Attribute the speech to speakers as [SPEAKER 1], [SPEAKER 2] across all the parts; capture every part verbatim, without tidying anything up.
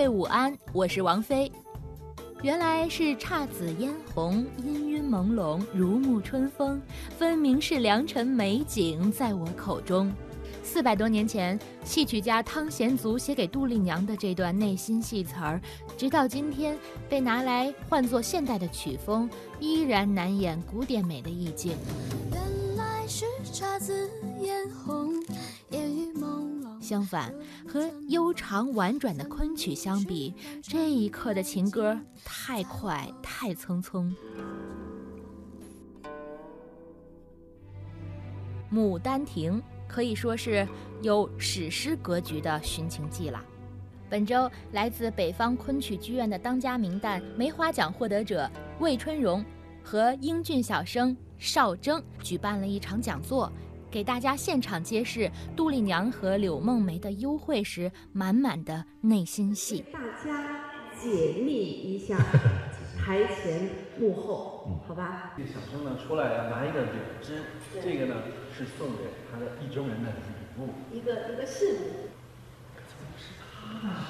[SPEAKER 1] 午安，我是王菲。原来是姹紫嫣红，氤氲朦胧，如沐春风，分明是良辰美景在我口中。四百多年前，戏曲家汤显祖写给杜丽娘的这段内心戏词儿，直到今天被拿来换作现代的曲风，依然难掩古典美的意境。
[SPEAKER 2] 原来是姹紫嫣红，烟雨朦胧。
[SPEAKER 1] 相反，和悠长婉转的昆曲相比，这一刻的情歌太快太匆匆。《牡丹亭》可以说是有史诗格局的寻情记了。本周，来自北方昆曲剧院的当家名旦梅花奖获得者魏春荣和英俊小生邵征举办了一场讲座，给大家现场揭示杜丽娘和柳梦梅的幽会时满满的内心戏。
[SPEAKER 3] 大家解密一下台前幕后，嗯、好吧？
[SPEAKER 4] 这小生呢出来拿一个柳枝，这个呢是送给他的意中人的礼物，
[SPEAKER 3] 一个一个饰物。
[SPEAKER 4] 怎么是他呢？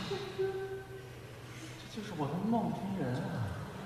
[SPEAKER 4] 这就是我的梦中人啊！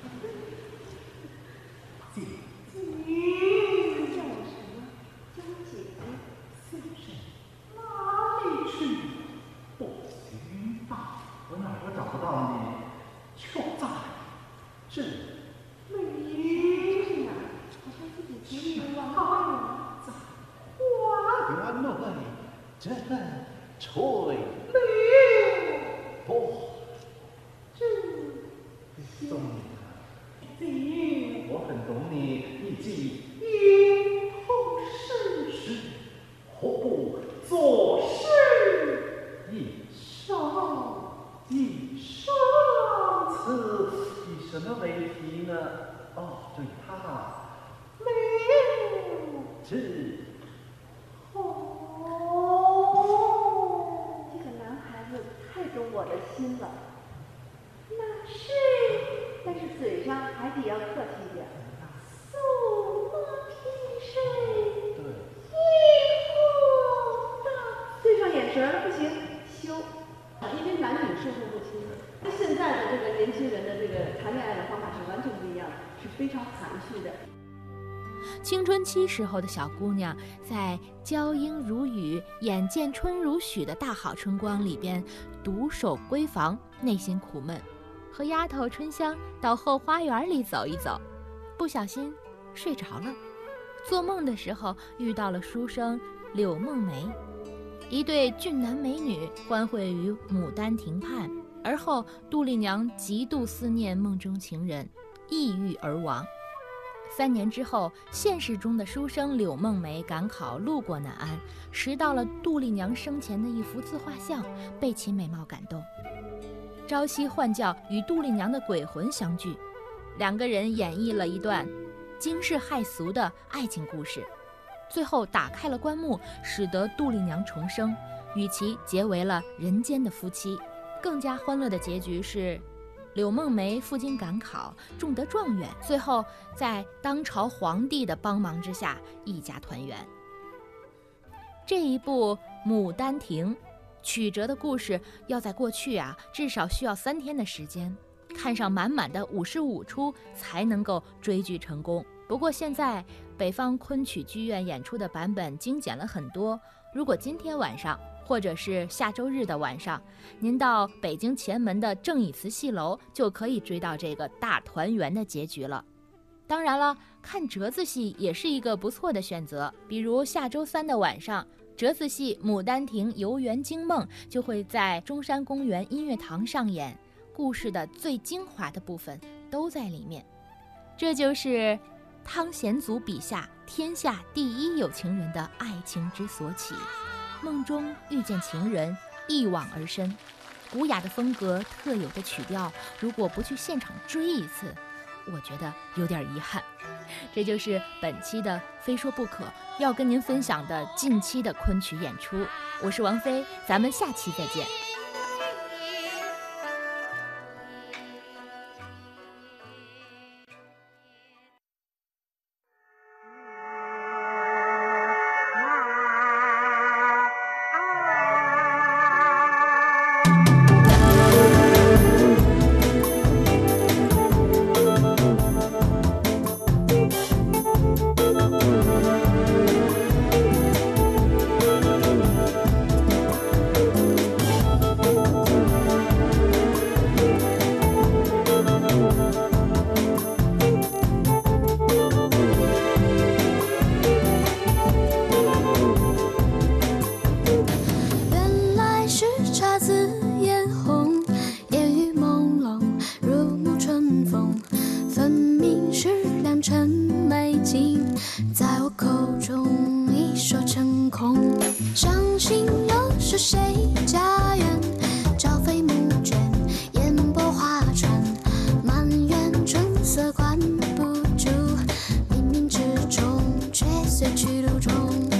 [SPEAKER 4] 姐姐，
[SPEAKER 3] 叫我什么？叫我姐姐。
[SPEAKER 4] 是不是？哪里去？不行吧？我哪儿都找不到你，就在这里。
[SPEAKER 3] 美丽啊！好像自己情人忘了。
[SPEAKER 4] 在花园那里，正吹柳波。
[SPEAKER 3] 这
[SPEAKER 4] 送你
[SPEAKER 3] 的，
[SPEAKER 4] 我很懂你，你既
[SPEAKER 3] 以后世事，
[SPEAKER 4] 何不做事一生一生？此以什么为题呢？哦，对，他
[SPEAKER 3] 没有
[SPEAKER 4] 是
[SPEAKER 3] 哦，这个男孩子太懂我的心了。那是，但是嘴上还得要客气点。素莫平睡，
[SPEAKER 4] 对，
[SPEAKER 3] 一呼大，对上眼神不行，羞，因为男女授受不亲。现在的这个年轻人的这个谈恋爱的方法是完全不一样，是非常含蓄的。
[SPEAKER 1] 青春期时候的小姑娘，在娇莺如雨、眼见春如许的大好春光里边，独守闺房，内心苦闷，和丫头春香到后花园里走一走，不小心睡着了。做梦的时候遇到了书生柳梦梅，一对俊男美女欢会于牡丹亭畔，而后杜丽娘极度思念梦中情人，抑郁而亡。三年之后，现实中的书生柳梦梅赶考路过南安，拾到了杜丽娘生前的一幅自画像，被其美貌感动，朝夕唤叫与杜丽娘的鬼魂相聚，两个人演绎了一段惊世骇俗的爱情故事，最后打开了棺木，使得杜丽娘重生，与其结为了人间的夫妻。更加欢乐的结局是柳梦梅赴京赶考，中得状元，最后在当朝皇帝的帮忙之下，一家团圆。这一部《牡丹亭》曲折的故事，要在过去啊，至少需要三天的时间，看上满满的五十五出才能够追剧成功。不过现在北方昆曲剧院演出的版本精简了很多，如果今天晚上或者是下周日的晚上，您到北京前门的正义祠戏楼，就可以追到这个大团圆的结局了。当然了，看折子戏也是一个不错的选择，比如下周三的晚上，折子戏《牡丹亭游园惊梦》就会在中山公园音乐堂上演，故事的最精华的部分都在里面。这就是汤显祖笔下天下第一有情人的爱情之所起，梦中遇见情人，一往而深。古雅的风格，特有的曲调，如果不去现场追一次，我觉得有点遗憾。这就是本期的非说不可要跟您分享的近期的昆曲演出。我是王菲，咱们下期再见。
[SPEAKER 2] 美景，在我口中一说成空。伤心了是谁家园？朝飞暮卷，烟波画船，满园春色关不住，冥冥之中却随去路中。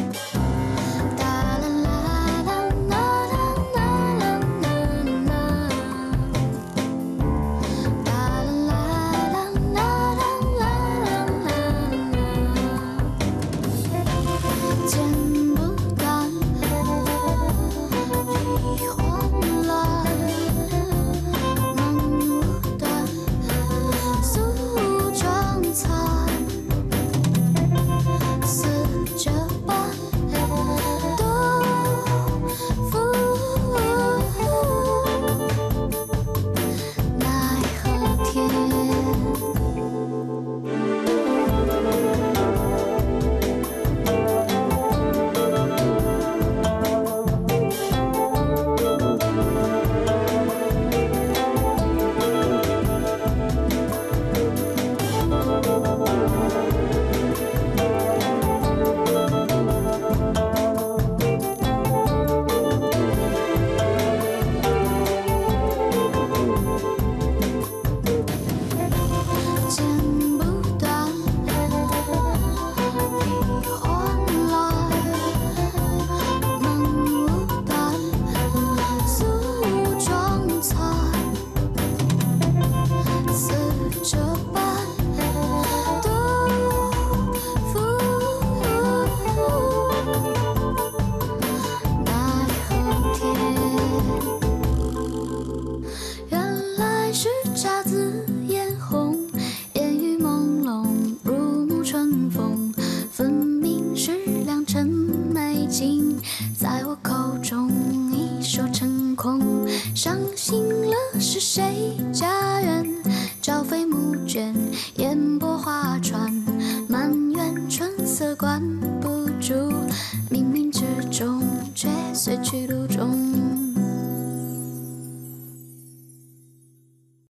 [SPEAKER 2] 在我口中一说成空，伤心了是谁家园？朝飞暮卷，烟波画船，满园春色关不住，冥冥之中却随去路。